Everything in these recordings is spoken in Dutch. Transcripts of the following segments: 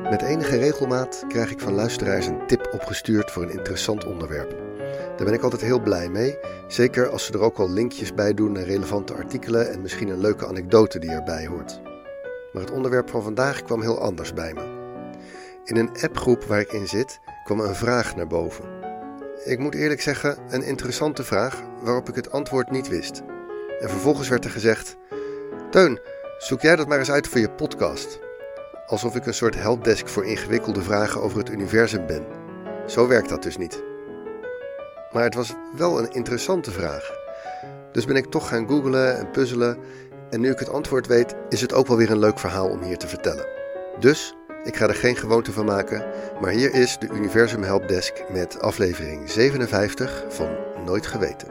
Met enige regelmaat krijg ik van luisteraars een tip opgestuurd voor een interessant onderwerp. Daar ben ik altijd heel blij mee, zeker als ze er ook al linkjes bij doen naar relevante artikelen en misschien een leuke anekdote die erbij hoort. Maar het onderwerp van vandaag kwam heel anders bij me. In een appgroep waar ik in zit kwam een vraag naar boven. Ik moet eerlijk zeggen, een interessante vraag waarop ik het antwoord niet wist. En vervolgens werd er gezegd: Teun, zoek jij dat maar eens uit voor je podcast. Alsof ik een soort helpdesk voor ingewikkelde vragen over het universum ben. Zo werkt dat dus niet. Maar het was wel een interessante vraag. Dus ben ik toch gaan googlen en puzzelen. En nu ik het antwoord weet, is het ook wel weer een leuk verhaal om hier te vertellen. Dus, ik ga er geen gewoonte van maken. Maar hier is de Universum Helpdesk met aflevering 57 van Nooit Geweten.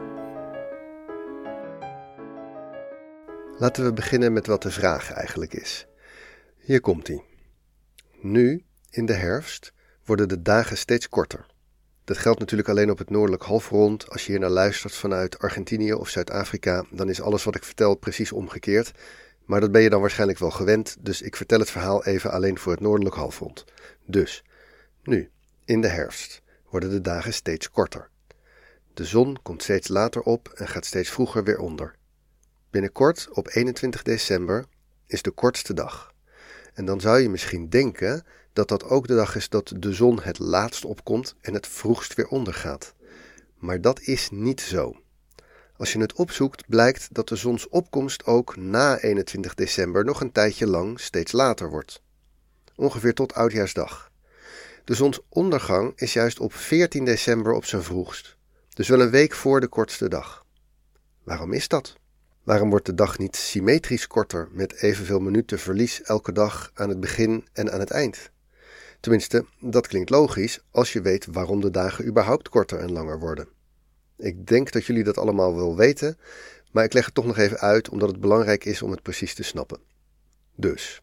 Laten we beginnen met wat de vraag eigenlijk is. Hier komt-ie. Nu, in de herfst, worden de dagen steeds korter. Dat geldt natuurlijk alleen op het noordelijk halfrond. Als je hier naar luistert vanuit Argentinië of Zuid-Afrika, dan is alles wat ik vertel precies omgekeerd. Maar dat ben je dan waarschijnlijk wel gewend, dus ik vertel het verhaal even alleen voor het noordelijk halfrond. Dus, nu, in de herfst, worden de dagen steeds korter. De zon komt steeds later op en gaat steeds vroeger weer onder. Binnenkort, op 21 december, is de kortste dag. En dan zou je misschien denken dat dat ook de dag is dat de zon het laatst opkomt en het vroegst weer ondergaat. Maar dat is niet zo. Als je het opzoekt, blijkt dat de zonsopkomst ook na 21 december nog een tijdje lang steeds later wordt. Ongeveer tot Oudjaarsdag. De zonsondergang is juist op 14 december op zijn vroegst. Dus wel een week voor de kortste dag. Waarom is dat? Waarom wordt de dag niet symmetrisch korter met evenveel minuten verlies elke dag aan het begin en aan het eind? Tenminste, dat klinkt logisch als je weet waarom de dagen überhaupt korter en langer worden. Ik denk dat jullie dat allemaal wel weten, maar ik leg het toch nog even uit omdat het belangrijk is om het precies te snappen. Dus.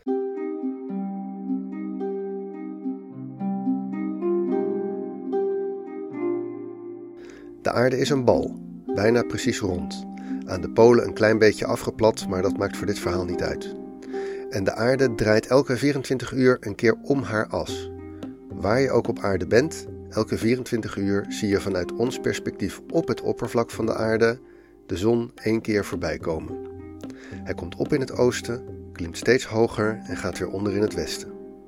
De aarde is een bal, bijna precies rond. Aan de polen een klein beetje afgeplat, maar dat maakt voor dit verhaal niet uit. En de aarde draait elke 24 uur een keer om haar as. Waar je ook op aarde bent, elke 24 uur zie je vanuit ons perspectief op het oppervlak van de aarde de zon 1 keer voorbij komen. Hij komt op in het oosten, klimt steeds hoger en gaat weer onder in het westen.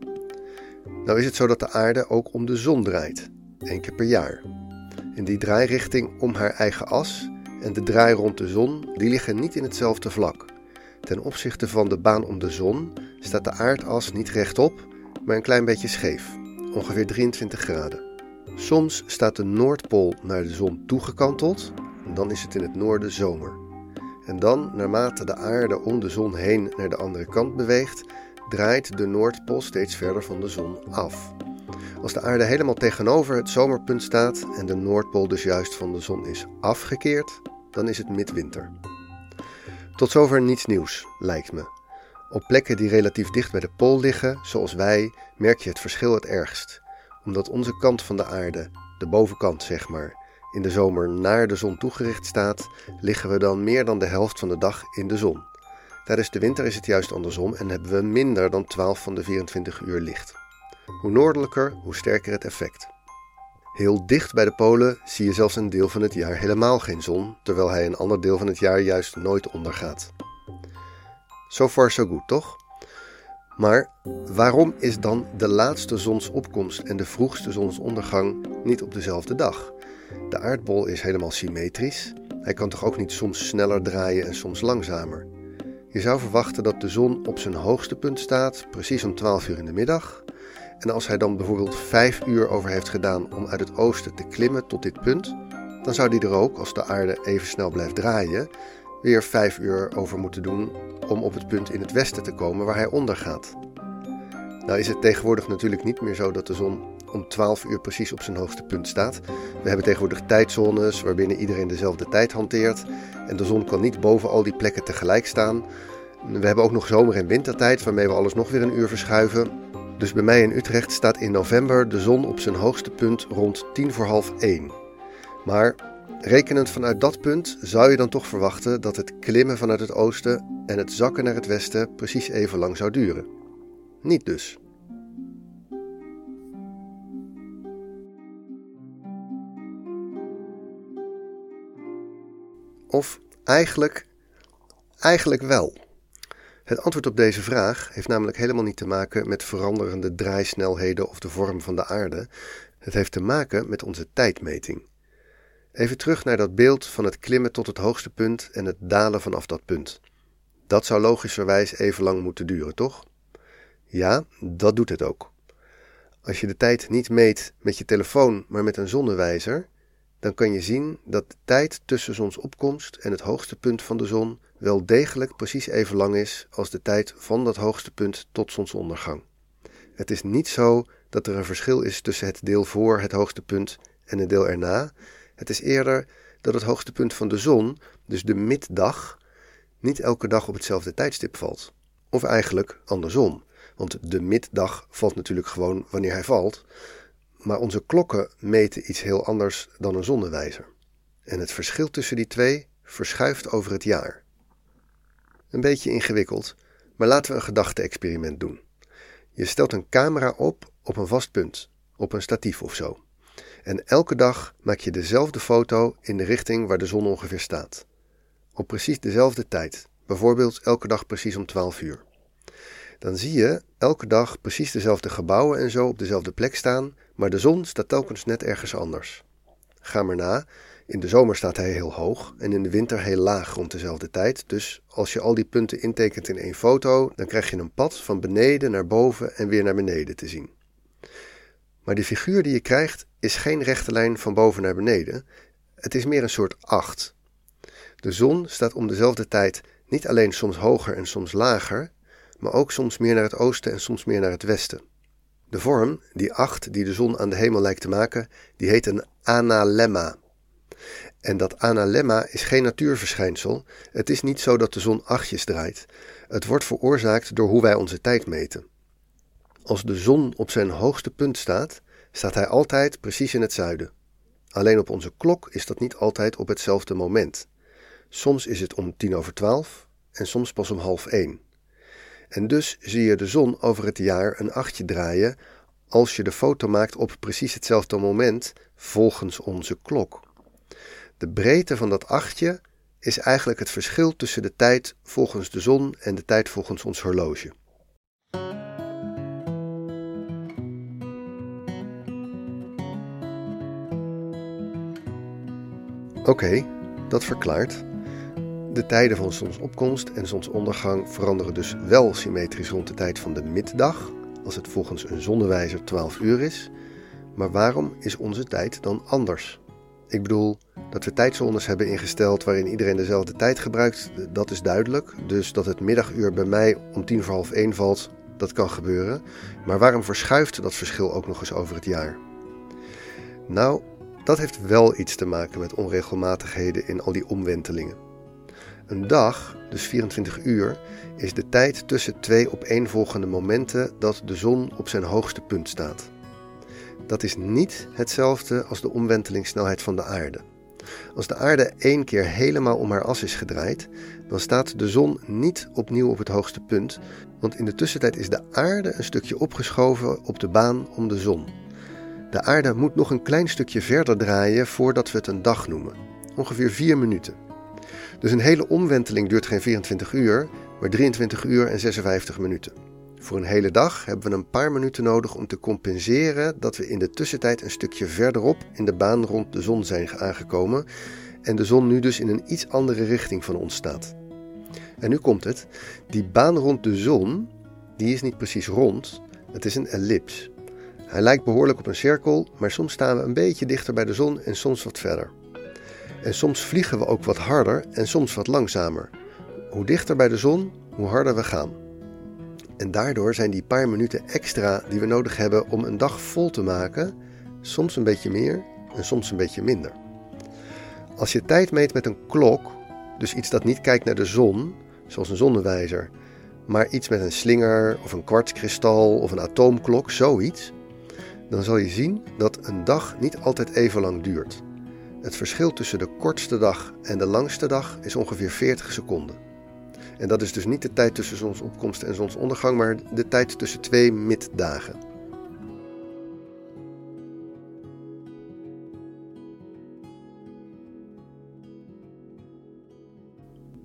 Nou is het zo dat de aarde ook om de zon draait, 1 keer per jaar. In die draairichting om haar eigen as en de draai rond de zon, die liggen niet in hetzelfde vlak. Ten opzichte van de baan om de zon staat de aardas niet rechtop, maar een klein beetje scheef, ongeveer 23 graden. Soms staat de Noordpool naar de zon toegekanteld, en dan is het in het noorden zomer. En dan, naarmate de aarde om de zon heen naar de andere kant beweegt, draait de Noordpool steeds verder van de zon af. Als de aarde helemaal tegenover het zomerpunt staat en de Noordpool dus juist van de zon is afgekeerd, dan is het midwinter. Tot zover niets nieuws, lijkt me. Op plekken die relatief dicht bij de pool liggen, zoals wij, merk je het verschil het ergst. Omdat onze kant van de aarde, de bovenkant zeg maar, in de zomer naar de zon toegericht staat, liggen we dan meer dan de helft van de dag in de zon. Tijdens de winter is het juist andersom en hebben we minder dan 12 van de 24 uur licht. Hoe noordelijker, hoe sterker het effect. Heel dicht bij de polen zie je zelfs een deel van het jaar helemaal geen zon, terwijl hij een ander deel van het jaar juist nooit ondergaat. So far so good, toch? Maar waarom is dan de laatste zonsopkomst en de vroegste zonsondergang niet op dezelfde dag? De aardbol is helemaal symmetrisch. Hij kan toch ook niet soms sneller draaien en soms langzamer? Je zou verwachten dat de zon op zijn hoogste punt staat, precies om 12 uur in de middag. En als hij dan bijvoorbeeld 5 uur over heeft gedaan om uit het oosten te klimmen tot dit punt, dan zou hij er ook, als de aarde even snel blijft draaien, weer 5 uur over moeten doen om op het punt in het westen te komen waar hij ondergaat. Nou is het tegenwoordig natuurlijk niet meer zo dat de zon om 12 uur precies op zijn hoogste punt staat. We hebben tegenwoordig tijdzones waarbinnen iedereen dezelfde tijd hanteert en de zon kan niet boven al die plekken tegelijk staan. We hebben ook nog zomer- en wintertijd waarmee we alles nog weer 1 uur verschuiven. Dus bij mij in Utrecht staat in november de zon op zijn hoogste punt rond 1:50. Maar rekenend vanuit dat punt zou je dan toch verwachten dat het klimmen vanuit het oosten en het zakken naar het westen precies even lang zou duren. Niet dus. Of eigenlijk wel. Het antwoord op deze vraag heeft namelijk helemaal niet te maken met veranderende draaisnelheden of de vorm van de aarde. Het heeft te maken met onze tijdmeting. Even terug naar dat beeld van het klimmen tot het hoogste punt en het dalen vanaf dat punt. Dat zou logischerwijs even lang moeten duren, toch? Ja, dat doet het ook. Als je de tijd niet meet met je telefoon, maar met een zonnewijzer, dan kan je zien dat de tijd tussen zonsopkomst en het hoogste punt van de zon wel degelijk precies even lang is als de tijd van dat hoogste punt tot zonsondergang. Het is niet zo dat er een verschil is tussen het deel voor het hoogste punt en het deel erna. Het is eerder dat het hoogste punt van de zon, dus de middag, niet elke dag op hetzelfde tijdstip valt. Of eigenlijk andersom, want de middag valt natuurlijk gewoon wanneer hij valt, maar onze klokken meten iets heel anders dan een zonnewijzer. En het verschil tussen die twee verschuift over het jaar. Een beetje ingewikkeld, maar laten we een gedachte-experiment doen. Je stelt een camera op een vast punt, op een statief of zo. En elke dag maak je dezelfde foto in de richting waar de zon ongeveer staat. Op precies dezelfde tijd, bijvoorbeeld elke dag precies om 12 uur. Dan zie je elke dag precies dezelfde gebouwen en zo op dezelfde plek staan, maar de zon staat telkens net ergens anders. Ga maar na, in de zomer staat hij heel hoog en in de winter heel laag rond dezelfde tijd. Dus als je al die punten intekent in één foto, dan krijg je een pad van beneden naar boven en weer naar beneden te zien. Maar de figuur die je krijgt is geen rechte lijn van boven naar beneden. Het is meer een soort 8. De zon staat om dezelfde tijd niet alleen soms hoger en soms lager, maar ook soms meer naar het oosten en soms meer naar het westen. De vorm, die 8 die de zon aan de hemel lijkt te maken, die heet een analemma. En dat analemma is geen natuurverschijnsel. Het is niet zo dat de zon achtjes draait. Het wordt veroorzaakt door hoe wij onze tijd meten. Als de zon op zijn hoogste punt staat, staat hij altijd precies in het zuiden. Alleen op onze klok is dat niet altijd op hetzelfde moment. Soms is het om 12:10 en soms pas om 12:30. En dus zie je de zon over het jaar een achtje draaien als je de foto maakt op precies hetzelfde moment volgens onze klok. De breedte van dat achtje is eigenlijk het verschil tussen de tijd volgens de zon en de tijd volgens ons horloge. Oké, dat verklaart. De tijden van zonsopkomst en zonsondergang veranderen dus wel symmetrisch rond de tijd van de middag, als het volgens een zonnewijzer 12 uur is. Maar waarom is onze tijd dan anders? Ik bedoel, dat we tijdzones hebben ingesteld waarin iedereen dezelfde tijd gebruikt, dat is duidelijk. Dus dat het middaguur bij mij om 1:50 valt, dat kan gebeuren. Maar waarom verschuift dat verschil ook nog eens over het jaar? Nou, dat heeft wel iets te maken met onregelmatigheden in al die omwentelingen. Een dag, dus 24 uur, is de tijd tussen 2 opeenvolgende momenten dat de zon op zijn hoogste punt staat. Dat is niet hetzelfde als de omwentelingssnelheid van de aarde. Als de aarde 1 keer helemaal om haar as is gedraaid, dan staat de zon niet opnieuw op het hoogste punt, want in de tussentijd is de aarde een stukje opgeschoven op de baan om de zon. De aarde moet nog een klein stukje verder draaien voordat we het een dag noemen. Ongeveer 4 minuten. Dus een hele omwenteling duurt geen 24 uur, maar 23 uur en 56 minuten. Voor een hele dag hebben we een paar minuten nodig om te compenseren dat we in de tussentijd een stukje verderop in de baan rond de zon zijn aangekomen en de zon nu dus in een iets andere richting van ons staat. En nu komt het, die baan rond de zon, die is niet precies rond, het is een ellips. Hij lijkt behoorlijk op een cirkel, maar soms staan we een beetje dichter bij de zon en soms wat verder. En soms vliegen we ook wat harder en soms wat langzamer. Hoe dichter bij de zon, hoe harder we gaan. En daardoor zijn die paar minuten extra die we nodig hebben om een dag vol te maken, soms een beetje meer en soms een beetje minder. Als je tijd meet met een klok, dus iets dat niet kijkt naar de zon, zoals een zonnewijzer, maar iets met een slinger of een kwartskristal of een atoomklok, zoiets, dan zal je zien dat een dag niet altijd even lang duurt. Het verschil tussen de kortste dag en de langste dag is ongeveer 40 seconden. En dat is dus niet de tijd tussen zonsopkomst en zonsondergang, maar de tijd tussen 2 middagen.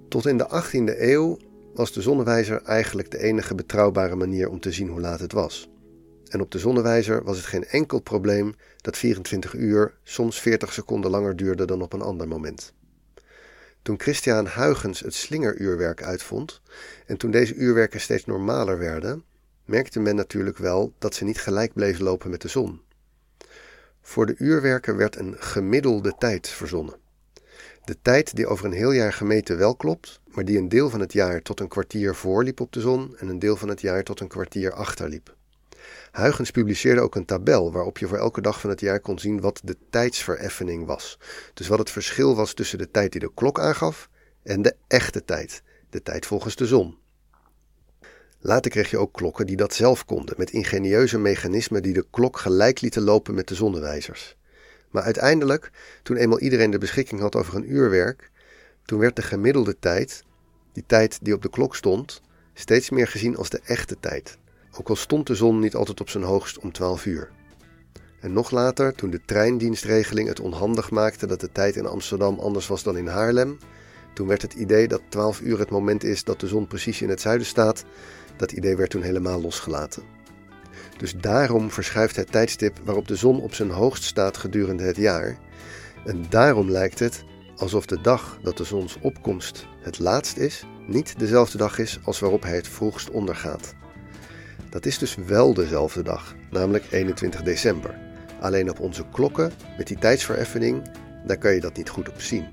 Tot in de 18e eeuw was de zonnewijzer eigenlijk de enige betrouwbare manier om te zien hoe laat het was. En op de zonnewijzer was het geen enkel probleem dat 24 uur soms 40 seconden langer duurde dan op een ander moment. Toen Christiaan Huygens het slingeruurwerk uitvond en toen deze uurwerken steeds normaler werden, merkte men natuurlijk wel dat ze niet gelijk bleven lopen met de zon. Voor de uurwerken werd een gemiddelde tijd verzonnen. De tijd die over een heel jaar gemeten wel klopt, maar die een deel van het jaar tot een kwartier voorliep op de zon en een deel van het jaar tot een kwartier achterliep. Huygens publiceerde ook een tabel waarop je voor elke dag van het jaar kon zien wat de tijdsvereffening was. Dus wat het verschil was tussen de tijd die de klok aangaf en de echte tijd, de tijd volgens de zon. Later kreeg je ook klokken die dat zelf konden, met ingenieuze mechanismen die de klok gelijk lieten lopen met de zonnewijzers. Maar uiteindelijk, toen eenmaal iedereen de beschikking had over een uurwerk, toen werd de gemiddelde tijd, die tijd die op de klok stond, steeds meer gezien als de echte tijd. Ook al stond de zon niet altijd op zijn hoogst om 12 uur. En nog later, toen de treindienstregeling het onhandig maakte dat de tijd in Amsterdam anders was dan in Haarlem, toen werd het idee dat 12 uur het moment is dat de zon precies in het zuiden staat, dat idee werd toen helemaal losgelaten. Dus daarom verschuift het tijdstip waarop de zon op zijn hoogst staat gedurende het jaar. En daarom lijkt het alsof de dag dat de zonsopkomst het laatst is, niet dezelfde dag is als waarop hij het vroegst ondergaat. Dat is dus wel dezelfde dag, namelijk 21 december. Alleen op onze klokken, met die tijdsvereffening, daar kan je dat niet goed op zien.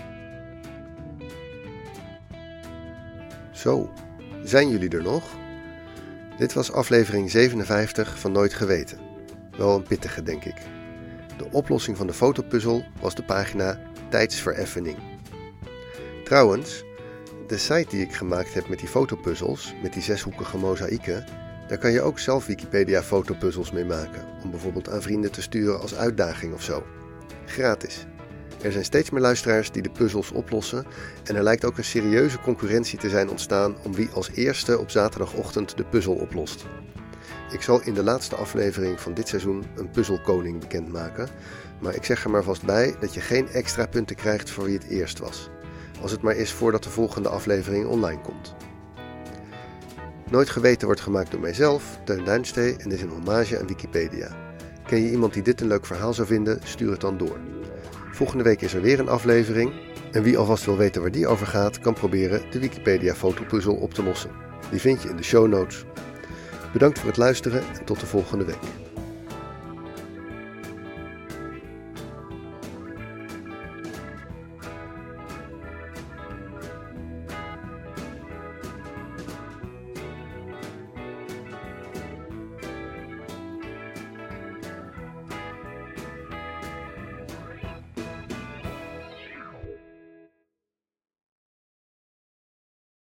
Zo, zijn jullie er nog? Dit was aflevering 57 van Nooit Geweten. Wel een pittige, denk ik. De oplossing van de fotopuzzel was de pagina Tijdsvereffening. Trouwens, de site die ik gemaakt heb met die fotopuzzels, met die zeshoekige mozaïeken, daar kan je ook zelf Wikipedia fotopuzzels mee maken, om bijvoorbeeld aan vrienden te sturen als uitdaging of zo. Gratis. Er zijn steeds meer luisteraars die de puzzels oplossen en er lijkt ook een serieuze concurrentie te zijn ontstaan om wie als eerste op zaterdagochtend de puzzel oplost. Ik zal in de laatste aflevering van dit seizoen een puzzelkoning bekendmaken, maar ik zeg er maar vast bij dat je geen extra punten krijgt voor wie het eerst was. Als het maar is voordat de volgende aflevering online komt. Nooit Geweten wordt gemaakt door mijzelf, Teun Duinstee, en is een hommage aan Wikipedia. Ken je iemand die dit een leuk verhaal zou vinden, stuur het dan door. Volgende week is er weer een aflevering en wie alvast wil weten waar die over gaat, kan proberen de Wikipedia fotopuzzel op te lossen. Die vind je in de show notes. Bedankt voor het luisteren en tot de volgende week.